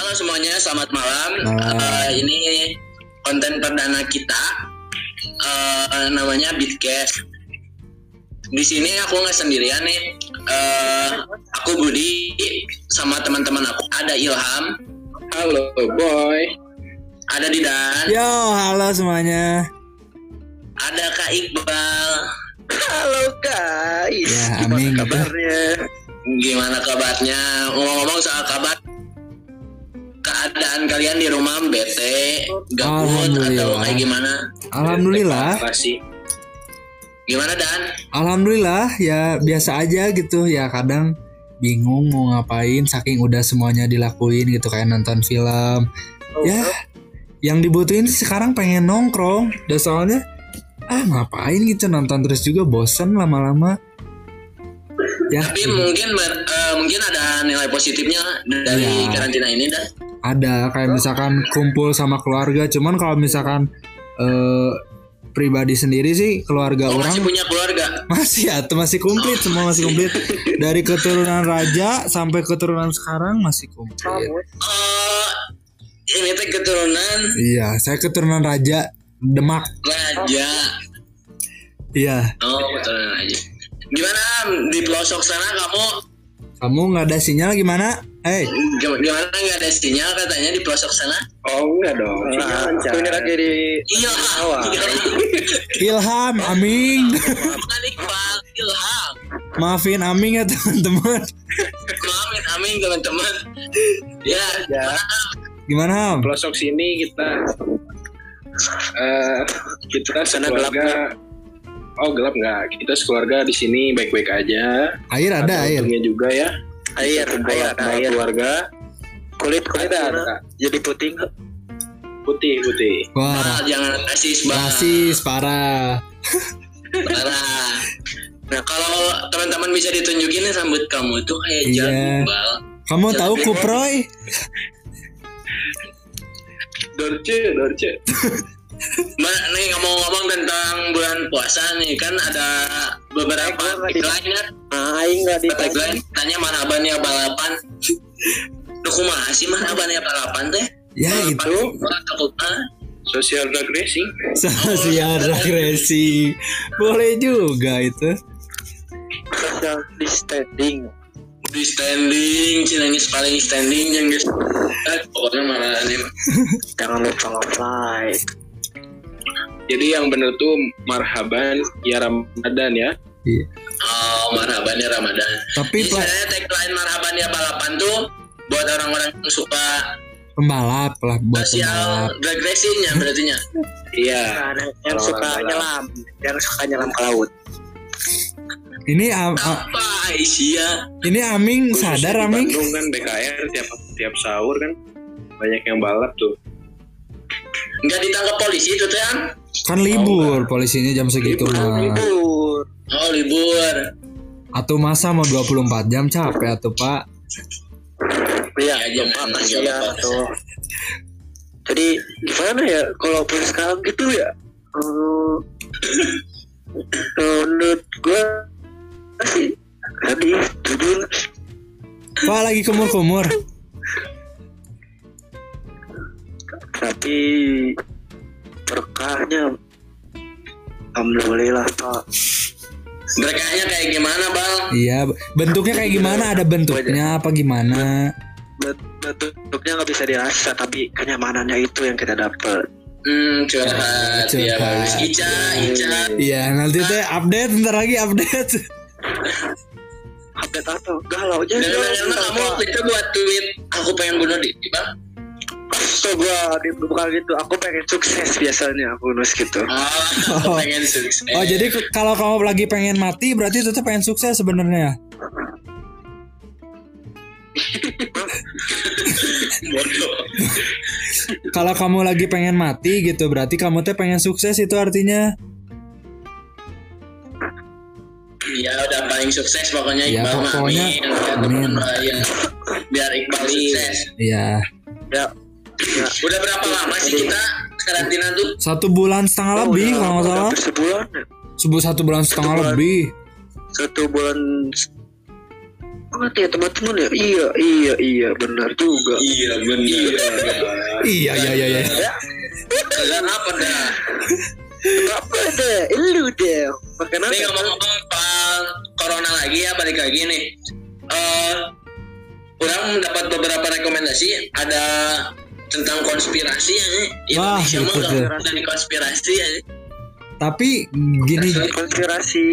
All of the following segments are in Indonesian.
Halo semuanya, selamat malam. Malam. Ini konten perdana kita, namanya Bitcast. Di sini aku nggak sendirian nih. Aku Budi sama teman-teman aku. Ada Ilham. Halo boy. Ada Didan. Yo, halo semuanya. Ada Kak Iqbal. Halo guys. Ya, Gimana amin. kabarnya? Gimana kabarnya? Ngomong-ngomong soal kabar, keadaan kalian di rumah bete, gabut atau Alhamdulillah. kayak gimana? Alhamdulillah. Makasih. Gimana Dan? Alhamdulillah ya biasa aja gitu ya, kadang bingung mau ngapain saking udah semuanya dilakuin gitu, kayak nonton film. Ya, yang dibutuhin sih sekarang pengen nongkrong. Dan soalnya ngapain gitu nonton terus juga bosen lama-lama. Ya, Tapi mungkin ada nilai positifnya dari Iya. karantina ini Dan. ada kayak misalkan kumpul sama keluarga. Cuman kalau misalkan pribadi sendiri sih keluarga Oh, orang masih punya keluarga? masih komplit, semua masih komplit. Dari keturunan raja sampai keturunan sekarang masih komplit. Ini teh keturunan Iya, saya keturunan raja Demak. raja. Iya. Oh, keturunan raja. Gimana di pelosok sana Kamu nggak ada sinyal gimana? gimana nggak ada sinyal katanya di pelosok sana? Oh enggak dong. Aku ini lagi di Iya. Ilham, Aming. Bukan Iqbal, Ilham. Maafin Aming ya teman-teman. Amin teman-teman. Ya. Gimana Ham? pelosok sini kita Sana sekeluarga. Oh gelap nggak? Kita sekeluarga di sini baik-baik aja. Air ada air. Untungnya juga ya. Air Kumpul sama keluarga. Kulit Ada. jadi putih nggak? Putih. Wah, Jangan rasis bang. rasis parah. Parah. Nah kalau teman-teman bisa ditunjukin nih rambut kamu tuh kayak Iya. Iqbal. Kamu tahu Kuproy? Dorce. Nih ngomong-ngomong tentang bulan puasa nih, kan ada beberapa tagline kan? Aing nggak Tagline tanya marhaban ya balapan. Duh kumaha sih marhaban ya balapan teh? Ya itu Social drug racing. sosial regresi. Boleh juga itu. Social distancing. di standing, Cinangis paling standing yang guys. Pokoknya marah nih. Jangan lupa nge-fly. Jadi yang bener tuh marhaban ya Ramadan ya. Iya. Oh, marhaban ya Ramadan. Tapi Jadi sebenarnya tagline marhaban ya balapan tuh buat orang-orang yang suka pembalap lah, buat sosial pembalap. drag racing-nya berarti-nya. Iya. Yang suka nyelam ke laut. Ini Apa Aisyah? ini Aming sadar Di Aming. Bandung kan BKR tiap sahur kan banyak yang balap tuh. Enggak ditangkap polisi itu teh kan? Kan libur polisinya jam segitu mah. Oh, libur. Atau masa mau 24 jam capek atuh Pak. Ya, jangan Ya tuh. Jadi gimana ya kalau sekarang gitu ya? Menurut gue sih tadi jujur Pak lagi kumur-kumur. tapi berkahnya alhamdulillah Pak. Berkahnya kayak gimana, Bang? Iya, bentuknya kayak gimana? Ada bentuknya apa gimana? Bentuknya nggak bisa dirasa tapi kenyamanannya itu yang kita dapat. Curhat. Ya, Curhat. bagus. Ica. Iya, nanti teh update, ntar lagi update. Update atau galau aja. Dan kamu waktu itu buat tweet, aku pengen bunuh diri, Bang. So bukan gitu, aku pengen sukses biasanya aku nulis gitu. Aku pengen sukses. Oh, jadi kalau kamu lagi pengen mati berarti itu tuh pengen sukses sebenarnya. Bodoh. Kalau kamu lagi pengen mati gitu berarti kamu tuh pengen sukses itu artinya. Iya, udah paling sukses pokoknya Ya, Iqbal. pokoknya, Amin. amin. Biar Iqbal sukses. Iya. Ya, Udah berapa lama sih kita karantina tuh? 1 bulan setengah lebih kalau nggak salah. hampir sebulan ya. 1 bulan setengah lebih. 1 bulan banget ya teman-teman ya. Iya benar juga. Iya benar. Iya. Kalian apa dah? Apa deh? Lu deh. Makan Ini apa? ngomong-ngomong soal corona lagi ya, balik lagi nih. Orang mendapat beberapa rekomendasi ada tentang konspirasi ya. Wah, Indonesia mah itu tuh. nggak dari konspirasi ya. Tapi gini, Konspirasi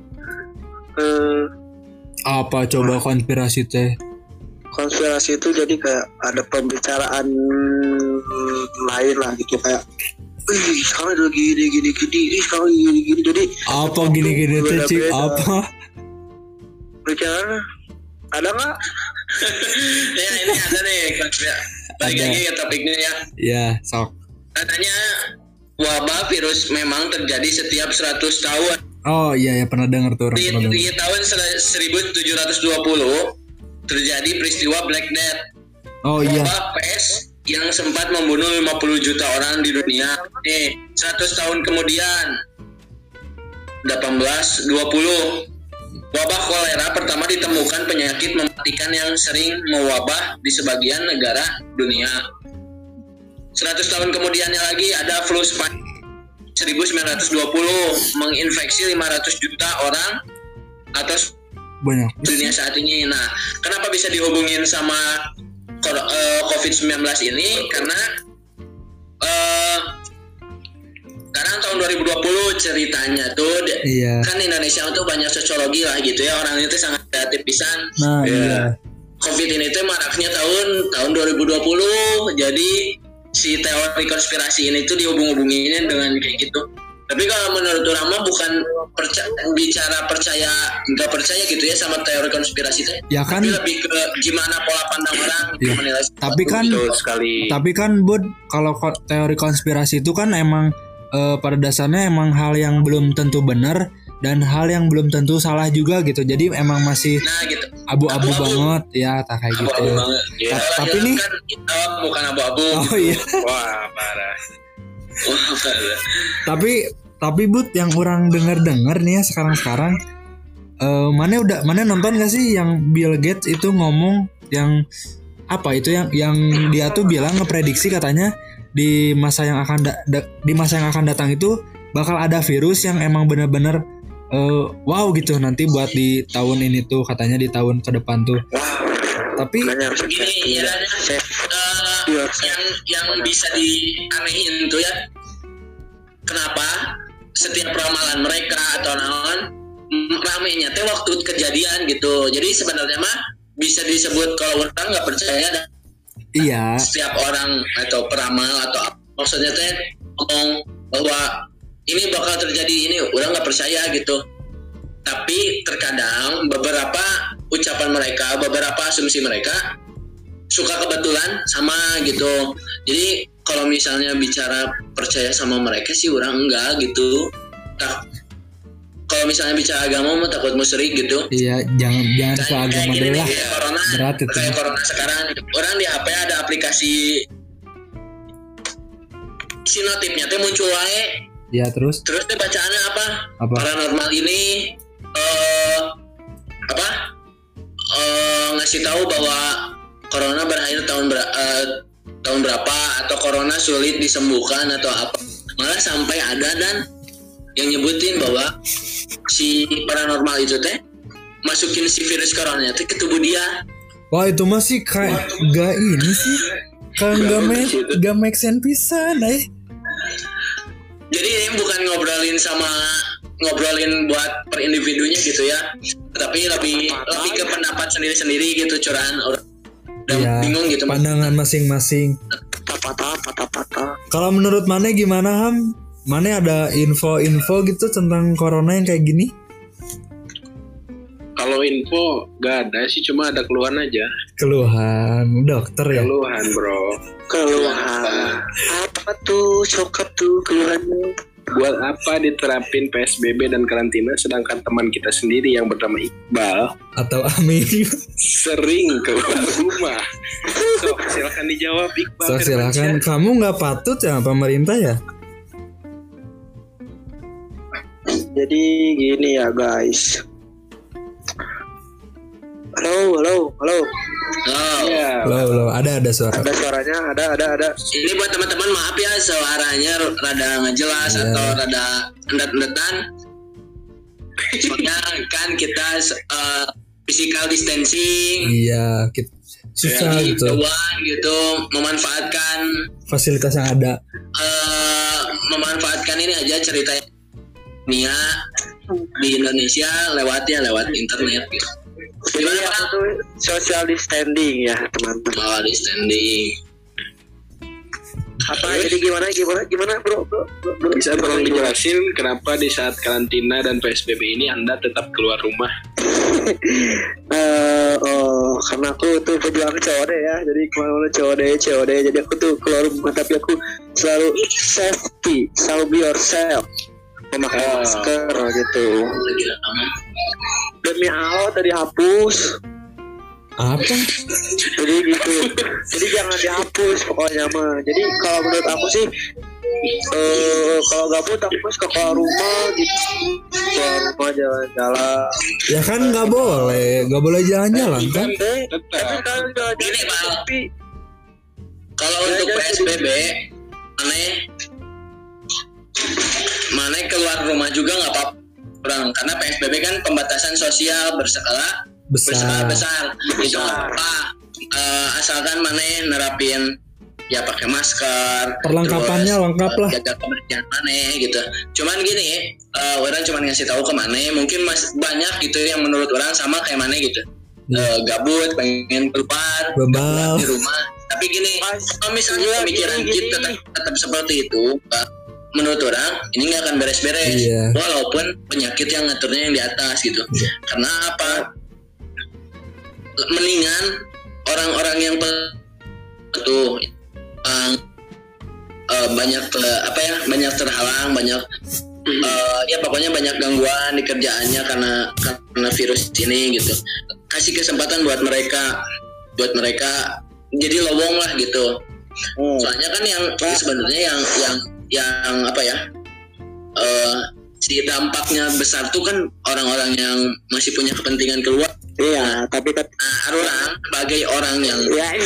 apa coba konspirasi teh? konspirasi itu jadi kayak ada pembicaraan lain lah gitu, kayak sekarang ada gini sekarang gini jadi Apa gini-gini teh, Cik? Apa? bicara ada nggak? Ya ini ada nih konspirasi. Balik Ada. lagi ke topiknya ya. Ya, sok. Katanya wabah virus memang terjadi setiap 100 tahun. Oh iya pernah dengar tuh orang. Di Pernah dengar. tahun 1720 terjadi peristiwa Black Death. Oh iya. Wabah pes yang sempat membunuh 50 juta orang di dunia. 100 tahun kemudian 1820 wabah kolera pertama ditemukan, penyakit mematikan yang sering mewabah di sebagian negara dunia. 100 tahun kemudiannya lagi ada flu Spanyol 1920 menginfeksi 500 juta orang atau Banyak. dunia saat ini. Nah, kenapa bisa dihubungin sama COVID-19 ini? Karena sekarang tahun 2020 ceritanya tuh Iya. kan Indonesia tuh banyak sosiologi lah gitu ya, orang itu sangat kreatif pisan. Nah, Ya. iya. COVID ini tuh maraknya tahun 2020. Jadi si teori konspirasi ini tuh dihubung-hubungin dengan kayak gitu. Tapi kalau menurut orang mah bukan bicara percaya nggak percaya gitu ya sama teori konspirasi itu. Ya kan. Tapi lebih ke gimana pola pandang orang Iya. menilai. Tapi kan Betul sekali. Tapi kan Bud, kalau teori konspirasi itu kan emang pada dasarnya emang hal yang belum tentu benar dan hal yang belum tentu salah juga gitu. Jadi emang masih Nah gitu. abu-abu Abu-abu. banget ya, tak kayak gitu. Abu-abu banget. Ya. Tapi nih, kan hitam, bukan abu-abu. oh iya. Wah, parah. Wah, parah. Tapi Bud, yang orang dengar nih ya sekarang mana nonton gak sih yang Bill Gates itu ngomong yang apa itu yang dia tuh bilang ngeprediksi katanya di masa yang akan datang itu bakal ada virus yang emang bener-bener wow gitu nanti buat di tahun ini tuh, katanya di tahun ke depan tuh. Tapi Makanya harus Gini ya, yang bisa dianehin tuh ya, kenapa setiap ramalan mereka atau naon ramenya teh waktu kejadian gitu. Jadi sebenarnya mah bisa disebut kalau orang nggak percaya dan iya, setiap orang atau peramal atau maksudnya teh ngomong bahwa ini bakal terjadi ini, orang nggak percaya gitu. Tapi terkadang beberapa ucapan mereka, beberapa asumsi mereka suka kebetulan sama gitu. Jadi kalau misalnya bicara percaya sama mereka sih orang enggak gitu. Kalau misalnya bicara agama mah takut musyrik gitu. iya jangan ke agama deh lah. Kayak corona, Berat itu. kayak corona sekarang. Orang di HP ada aplikasi si notifnya teh muncul wae. Ya terus Terus teh bacaannya apa? apa? Paranormal ini ngasih tahu bahwa corona berakhir tahun berapa atau corona sulit disembuhkan atau apa. Malah sampai ada dan yang nyebutin bahwa si paranormal itu teh masukin si virus corona teh ke tubuh dia. Wah itu masih kayak gak ini sih, kayak gak make sense pisan Jadi ini bukan ngobrolin buat per individunya gitu ya, tapi lebih ke pendapat sendiri-sendiri gitu, curahan orang udah ya, bingung gitu. pandangan masing-masing. patah. Kalau menurut Mane gimana Ham? Mane ada info-info gitu tentang corona yang kayak gini? Kalau info gak ada sih, cuma ada keluhan aja. Keluhan dokter ya? Keluhan bro. Keluhan apa tuh? Cokap tuh keluhannya. Buat apa diterapin PSBB dan karantina sedangkan teman kita sendiri yang bernama Iqbal Atau Amin? sering keluar rumah? So, silakan dijawab Iqbal. So silakan, kamu nggak patut ya pemerintah ya? Jadi gini ya guys, halo. Oh, Ya, Loh, ada suara. Ada suaranya, ada. ini buat teman-teman maaf ya suaranya rada nggak jelas Iya. atau rada endat-endatan. Soalnya kan kita physical distancing, Iya, susah jadi gitu. doang gitu, memanfaatkan Fasilitas yang ada. memanfaatkan ini aja cerita dunia di Indonesia lewat internet gitu. Jadi Gimana aku Pak? tuh social distancing ya teman-teman. Oh, di standing. Apa jadi gimana bro? bisa tolong dijelasin kenapa di saat karantina dan PSBB ini Anda tetap keluar rumah? Karena aku tuh pejuang COD ya, jadi kemana-mana COD, jadi aku tuh keluar rumah tapi aku selalu safety, selalu be yourself, memakai masker gitu. Lagi aman. Demi Allah tadi hapus, Apa? jadi gitu, jadi jangan dihapus pokoknya mah. Jadi kalau menurut aku sih, kalau gabut aku suka keluar rumah gitu, keluar rumah jalan-jalan. Ya kan nggak boleh jalan-jalan kan? Tapi Tetap. kalau jalan-jalan Gini, Bang. tapi Kalau untuk PSBB, mana keluar rumah juga nggak apa-apa, kurang karena PSBB kan pembatasan sosial berskala besar. Itu nggak apa-apa. Asalkan mana nerapin ya pakai masker, Perlengkapannya terus, lengkap lah. jaga kebersihan mana gitu. Cuman gini, orang cuman ngasih tahu ke mana, mungkin banyak gitu yang menurut orang sama kayak mana gitu. Gabut, pengen keluar, Bebal. di rumah. Tapi gini, kalau misalnya pemikiran kita tetap seperti itu, menurut orang ini nggak akan beres-beres. Iya. Walaupun penyakit yang ngaturnya yang di atas gitu. Karena apa? Mendingan orang-orang yang tuh banyak terhalang, banyak ya pokoknya banyak gangguan di kerjaannya karena virus ini gitu. Kasih kesempatan buat mereka jadi lowong lah gitu. Soalnya kan yang sebenarnya yang apa ya, si dampaknya besar tuh kan orang-orang yang masih punya kepentingan keluar. iya, tapi kan Orang sebagai orang yang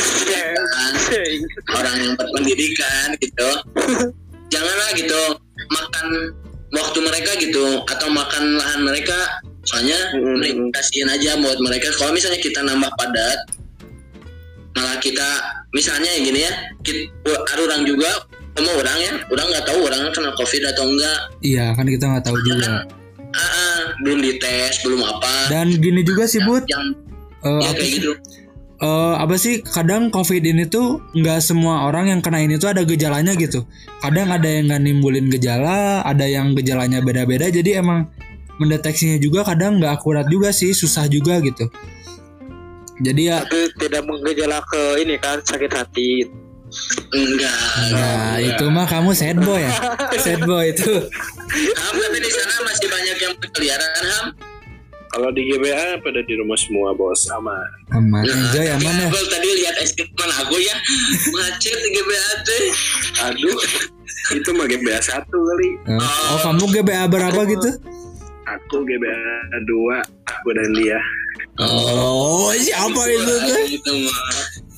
orang yang berpendidikan gitu, janganlah gitu makan waktu mereka gitu atau makan lahan mereka. Soalnya kasihin aja buat mereka. Kalau misalnya kita nambah padat, malah kita misalnya yang gini ya, orang juga orang nggak tahu orang kena COVID atau enggak. Iya kan kita nggak tahu juga. Belum dites, belum apa. Dan gini juga sih Bud, Yang apa kayak sih? gitu. Apa sih kadang COVID ini tuh nggak semua orang yang kena ini tuh ada gejalanya gitu. Kadang ada yang nggak nimbulin gejala, ada yang gejalanya beda-beda. Jadi emang mendeteksinya juga kadang nggak akurat juga sih, susah juga gitu. Jadi ya, tapi tidak menggejala ke ini kan sakit hati. Enggak. nah itu mah kamu sad boy ya, sad boy itu. Ham, tapi di sana masih banyak yang berkeliaran, Ham. Kalau di GBA pada di rumah semua bos, aman. Aman, enjoy aman ya. Aku tadi lihat teman aku ya macet di GBA teh. Aduh, itu mah GBA 1 kali. Oh kamu GBA berapa gitu? Aku GBA 2, aku dan dia. Oh siapa itu tuh? Itu mah.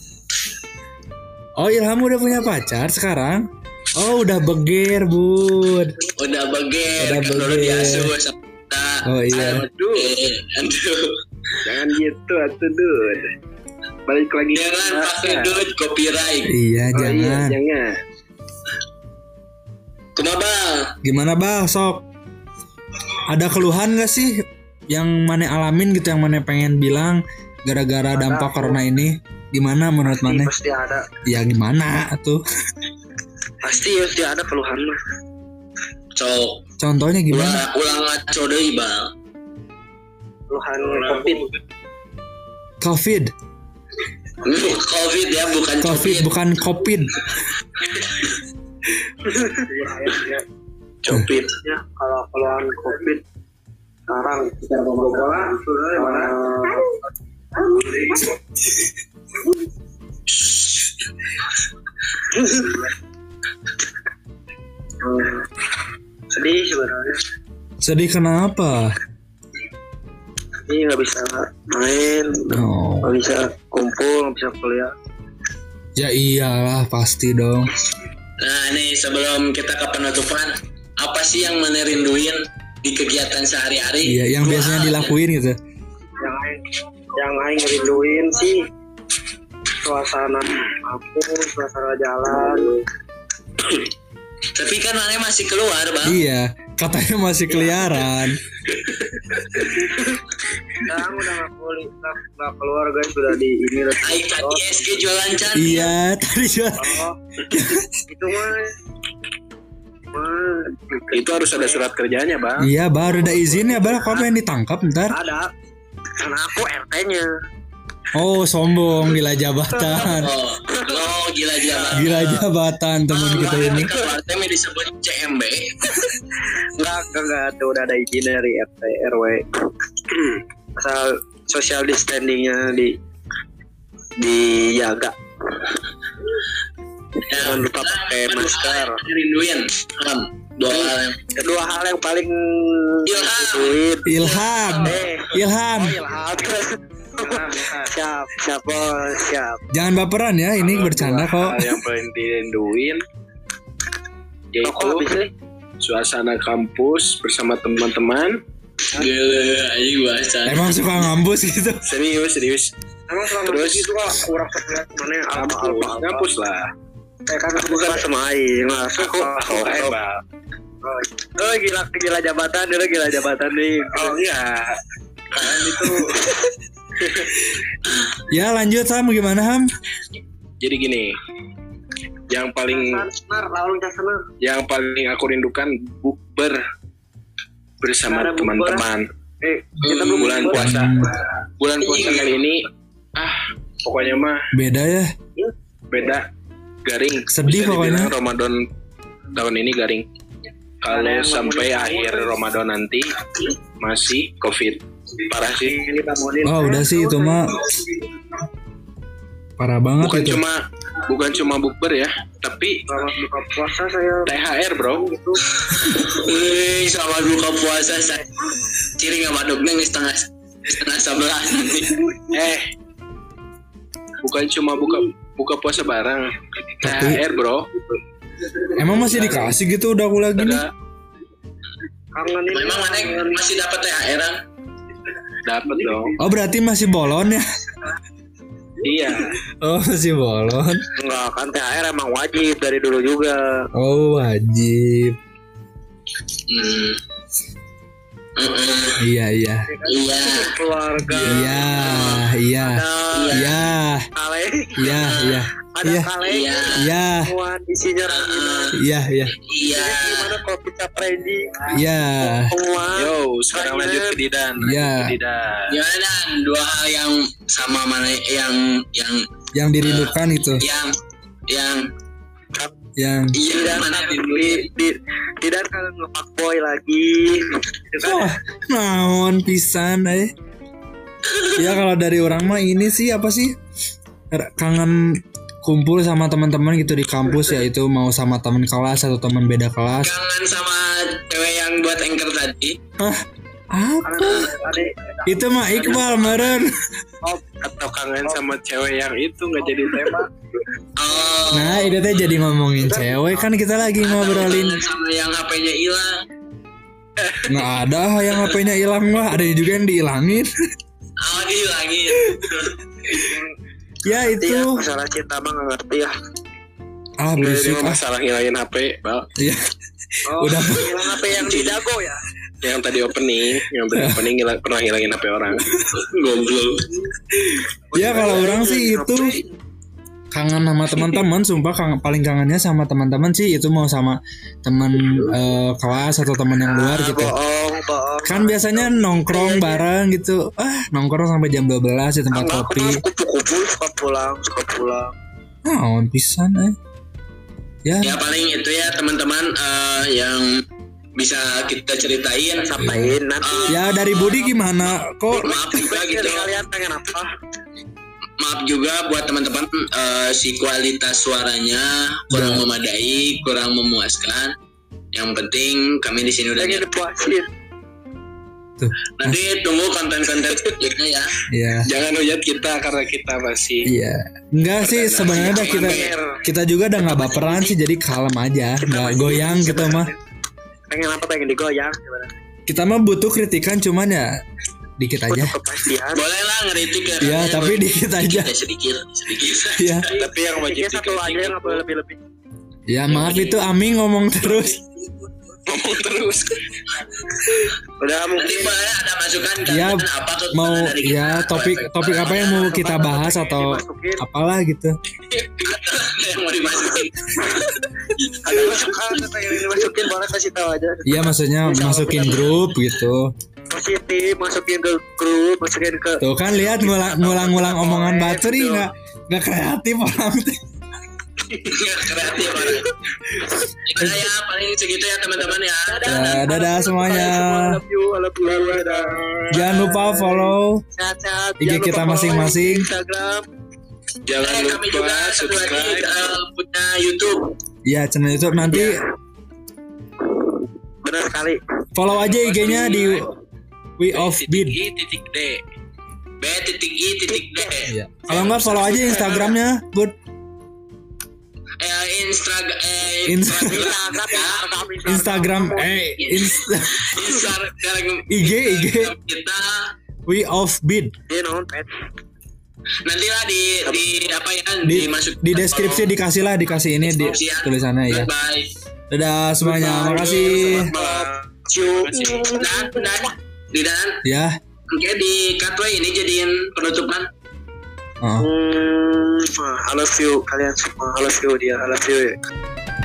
Oh Ilham udah punya pacar sekarang? Oh udah beger Bud. Udah beger, Udah kan dulu beger. diasuh sama kita. Oh iya. Aduh, Aduh. jangan gitu atuh Dud. Balik lagi ke Jangan masa. pakai duit copyright. Iya Oh jangan. iya, jangan. Kumaha Bang? Gimana Bang sok? Ada keluhan gak sih yang mana alamin gitu, yang mana pengen bilang gara-gara dampak corona ini? Gimana menurut mana? Pasti ada, Ya gimana tuh? pasti ada keluhan mah. Cok. Contohnya gimana? Ulang ngaco deui, Bang. Keluhan COVID. COVID. COVID ya, bukan COVID bukan COVID. Copit. Ya, kalau keluhan COVID sekarang kita sedih sebenarnya. Sedih kenapa? Ini nggak bisa main, Oh. nggak bisa kumpul, nggak bisa kuliah. Ya iyalah pasti dong. Nah nih sebelum kita ke penutupan, apa sih yang mana rinduin di kegiatan sehari-hari? Iya, yang Dua biasanya hal. dilakuin gitu. Yang aing rinduin sih suasana kampus, suasana jalan. Tapi kan mana masih keluar bang. Iya, katanya masih keliaran. Sekarang udah nggak keluar guys, sudah di ini. Aing tadi SG jualan cantik. Iya, tadi juga. Oh, itu mah Itu harus ada surat kerjanya, Bang. Iya, baru ada izin ya, Bang. Kamu yang ditangkap ntar. ada. Karena aku RT-nya. Oh, sombong, gila jabatan. Oh gila jabatan. Gila jabatan teman kita ini. Kalau artinya disebut CMB. Enggak, tuh udah ada izin dari RT RW. Asal social distancingnya dijaga. Jangan lupa pakai masker. Rinduin. Kedua hal yang paling Ilham. rinduin. Ilham. Ilham. Ilham. Siap bos, siap. Jangan baperan ya, ini bercanda kok. Hal yang paling dirinduin yaitu Kok habis nih? suasana kampus bersama teman-teman. Gila, ayo bahasa. Emang suka ngambus gitu. Serius. Emang selama Terus? itu kurang sekian mana yang Kampus lah. kan aku bukan sama aing lah. Oh gila jabatan nih. Oh enggak. Kalian itu Ya lanjut Ham, gimana Ham? jadi gini. Yang paling aku rindukan bukber bersama Ada bukber. teman-teman. Kita belum Bulan puasa. Bulan puasa kali ini pokoknya mah Beda ya. beda, garing. Sedih Bisa pokoknya. dibilang Ramadan tahun ini garing. Kalau sampai akhir Ramadan nanti masih COVID, parah sih. Oh udah sih itu mah parah banget itu. Bukan cuma bukber ya, tapi Selamat buka puasa saya. THR bro. Wih, selamat buka puasa saya. Ciri nggak maduknya nih setengah 11 nanti. Bukan cuma buka puasa bareng, Tapi- THR bro. Emang masih dikasih gitu udah kuliah gini? Ada Kangenin. Memang mana masih dapat THR -an? dapat dong. Oh berarti masih bolon ya? Iya. Oh masih bolon. Enggak kan THR emang wajib dari dulu juga. Oh wajib. Iya. Iya. Keluarga. Iya. Kale. Iya. Ada Iya. kale. Iya. Iya. Muat isinya ranginan. Iya. Iya. Gimana kalau kita ready? Iya. Muat. Yo, sekarang lanjut ke Didan. Iya. Gimana Dan? Dua hal yang sama mana Yang dirindukan itu. yang Yang iya mana Tidak kangen ngepak boy lagi. Itu kan wah naon pisan Ya kalau dari orang mah ini sih apa sih? Kangen kumpul sama teman-teman gitu di kampus ya, itu mau sama teman kelas atau teman beda kelas. kangen sama cewek yang buat anchor tadi. Apa? Itu mah Iqbal meren. Atau kangen sama cewek yang itu nggak jadi tema. Oh. Nah itu teh jadi ngomongin cewek kan kita lagi ngobrolin. Kangen sama yang HP-nya hilang. Nggak ada yang HP-nya hilang mah, ada juga yang dihilangin. Oh dihilangin. Ya itu. masalah cinta mah nggak ngerti ya. Ini Berisik mah masalah ngilangin HP, Bal. Iya. Oh, Udah. hilang HP yang di dago ya. Yang tadi opening pernah ngilangin HP orang. Goblok. Ya kalau orang sih itu kangen sama teman-teman, sumpah paling kangennya sama teman-teman sih itu mau sama teman kelas atau teman yang luar gitu. Bohong. Kan biasanya nongkrong bareng gitu. Nongkrong sampai jam 12 di tempat kopi. Kupu-kupu suka pulang. Naon pisan Ya, Ya paling itu ya teman-teman yang bisa kita ceritain. Sampaiin nanti. ya dari Budi gimana? Kok Maaf juga gitu. Kalian pengen apa? Maaf juga buat teman-teman si kualitas suaranya kurang memadai, kurang memuaskan. Yang penting kami di sini udah Pengen dipuasin. Tuh. Nanti tunggu konten-konten selanjutnya ya. Iya. Jangan hujat kita karena kita masih Iya. Enggak sih sebenarnya dah kita juga udah nggak baperan sih, jadi kalem aja, nggak goyang gitu mah. Pengen apa, pengen digoyang gimana? Kita mah butuh kritikan, cuman ya dikit aja. Butuh kepastian. Boleh lah ngeritik ya. Iya, tapi dikit aja. Sedikit. Iya. tapi yang wajib Ini satu aja yang nggak boleh lebih-lebih. Ya maaf itu Ami ngomong terus. ngomong terus. Udah Nanti mungkin boleh ada masukan Ya apa tuh mau dari kita. ya topik apa yang mau kita bahas atau apalah gitu. yang mau dimasukin. ada masukan atau yang dimasukin boleh kasih tahu aja. Iya maksudnya masukin grup gitu. Positif, masukin ke grup, masukin ke. Tuh kan lihat ngulang-ngulang omongan batur nih nggak kreatif orang tuh. Kreatif orang. Gimana ya, paling segitu ya teman-teman ya. Ya, dadah semuanya. I love you. Dadah. Jangan lupa follow Sehat-sehat. IG Jangan kita lupa masing-masing. follow Instagram. Jangan Kami juga lupa satu lagi subscribe. punya YouTube. Ya channel YouTube nanti Benar sekali. follow aja IG-nya di We of Beat. B.I.D. B.I.D. Iya. Kalau nggak follow aja Instagramnya, Bud. Instagram IG kita We of Beat. Dia non pet. nantilah di apa ya dimasuk Di deskripsi dikasih ini di tulisannya ya. Bye. Dadah semuanya, makasih. Dan Ya. oke di cut ini jadiin penutupan. Oh. I love you kalian semua. I love you dia. I love you.